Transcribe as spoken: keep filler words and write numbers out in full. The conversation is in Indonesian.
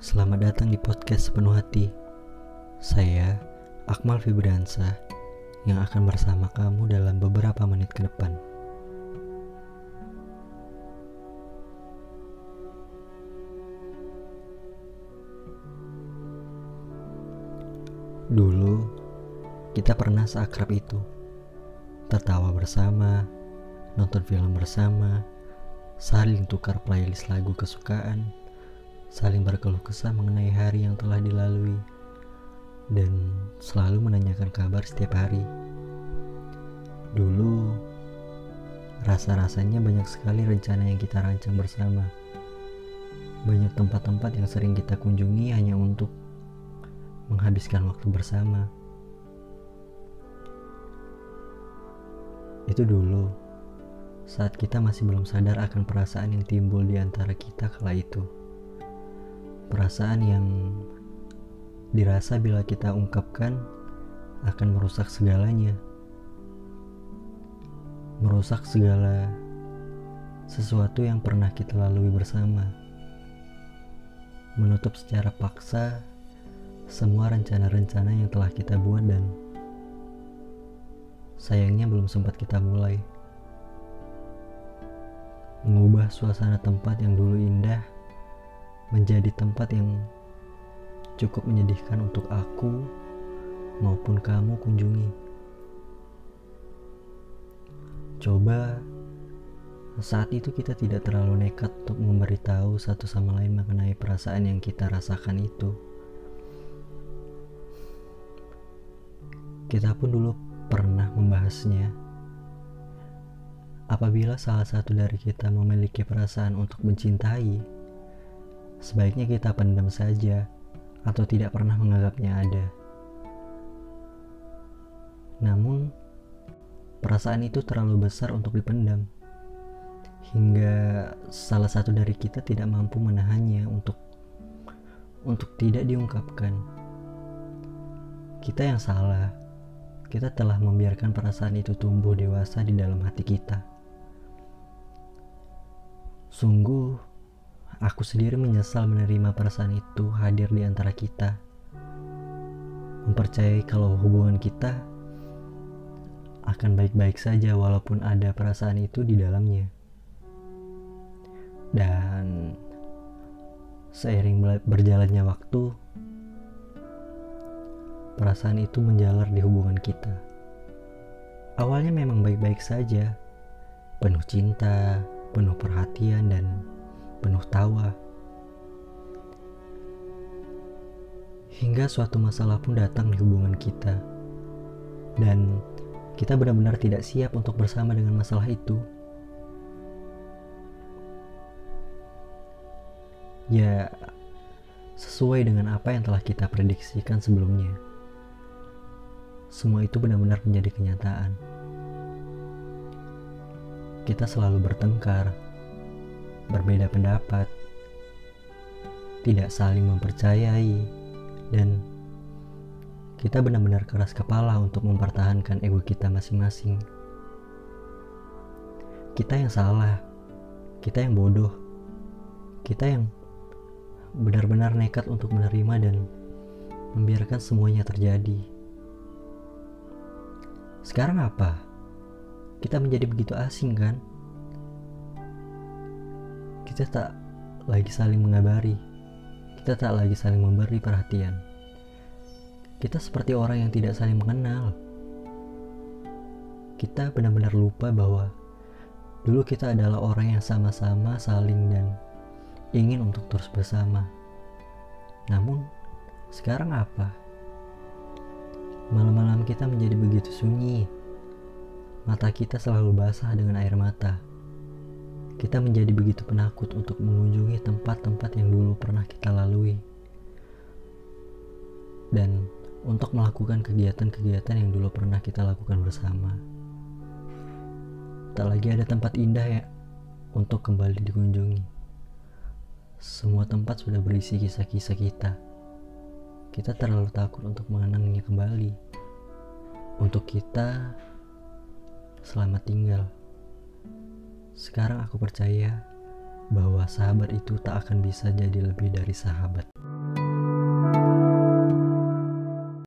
Selamat datang di podcast Sepenuh Hati. Saya, Akmal Fibriansyah, yang akan bersama kamu dalam beberapa menit ke depan. Dulu, kita pernah seakrab itu. Tertawa bersama, nonton film bersama, saling tukar playlist lagu kesukaan, saling berkeluh kesah mengenai hari yang telah dilalui, dan selalu menanyakan kabar setiap hari. Dulu, rasa-rasanya banyak sekali rencana yang kita rancang bersama. Banyak tempat-tempat yang sering kita kunjungi hanya untuk menghabiskan waktu bersama. Itu dulu, saat kita masih belum sadar akan perasaan yang timbul di antara kita kala itu. Perasaan yang dirasa bila kita ungkapkan akan merusak segalanya. Merusak segala sesuatu yang pernah kita lalui bersama. Menutup secara paksa semua rencana-rencana yang telah kita buat dan sayangnya belum sempat kita mulai. Mengubah suasana tempat yang dulu indah menjadi tempat yang cukup menyedihkan untuk aku maupun kamu kunjungi. Coba saat itu kita tidak terlalu nekat untuk memberitahu satu sama lain mengenai perasaan yang kita rasakan itu. Kita pun dulu pernah membahasnya. Apabila salah satu dari kita memiliki perasaan untuk mencintai, sebaiknya kita pendam saja atau tidak pernah menganggapnya ada. Namun, perasaan itu terlalu besar untuk dipendam, hingga salah satu dari kita tidak mampu menahannya untuk untuk tidak diungkapkan. Kita yang salah. Kita telah membiarkan perasaan itu tumbuh dewasa di dalam hati kita. Sungguh, aku sendiri menyesal menerima perasaan itu hadir di antara kita. Mempercayai kalau hubungan kita akan baik-baik saja walaupun ada perasaan itu di dalamnya. Dan seiring berjalannya waktu, perasaan itu menjalar di hubungan kita. Awalnya memang baik-baik saja, penuh cinta, penuh perhatian, dan penuh tawa. Hingga suatu masalah pun datang di hubungan kita. Dan kita benar-benar tidak siap untuk bersama dengan masalah itu. Ya, sesuai dengan apa yang telah kita prediksikan sebelumnya. Semua itu benar-benar menjadi kenyataan. Kita selalu bertengkar, berbeda pendapat, tidak saling mempercayai, dan kita benar-benar keras kepala untuk mempertahankan ego kita masing-masing. Kita yang salah, kita yang bodoh, kita yang benar-benar nekat untuk menerima dan membiarkan semuanya terjadi. Sekarang apa? Kita menjadi begitu asing, kan? Kita tak lagi saling mengabari. Kita tak lagi saling memberi perhatian. Kita seperti orang yang tidak saling mengenal. Kita benar-benar lupa bahwa dulu kita adalah orang yang sama-sama saling dan ingin untuk terus bersama. Namun, sekarang apa? Malam-malam kita menjadi begitu sunyi. Mata kita selalu basah dengan air mata. Kita menjadi begitu penakut untuk mengunjungi tempat-tempat yang dulu pernah kita lalui. Dan untuk melakukan kegiatan-kegiatan yang dulu pernah kita lakukan bersama. Tak lagi ada tempat indah ya untuk kembali dikunjungi. Semua tempat sudah berisi kisah-kisah kita. Kita terlalu takut untuk mengenangnya kembali. Untuk kita, selamat tinggal. Sekarang aku percaya bahwa sahabat itu tak akan bisa jadi lebih dari sahabat.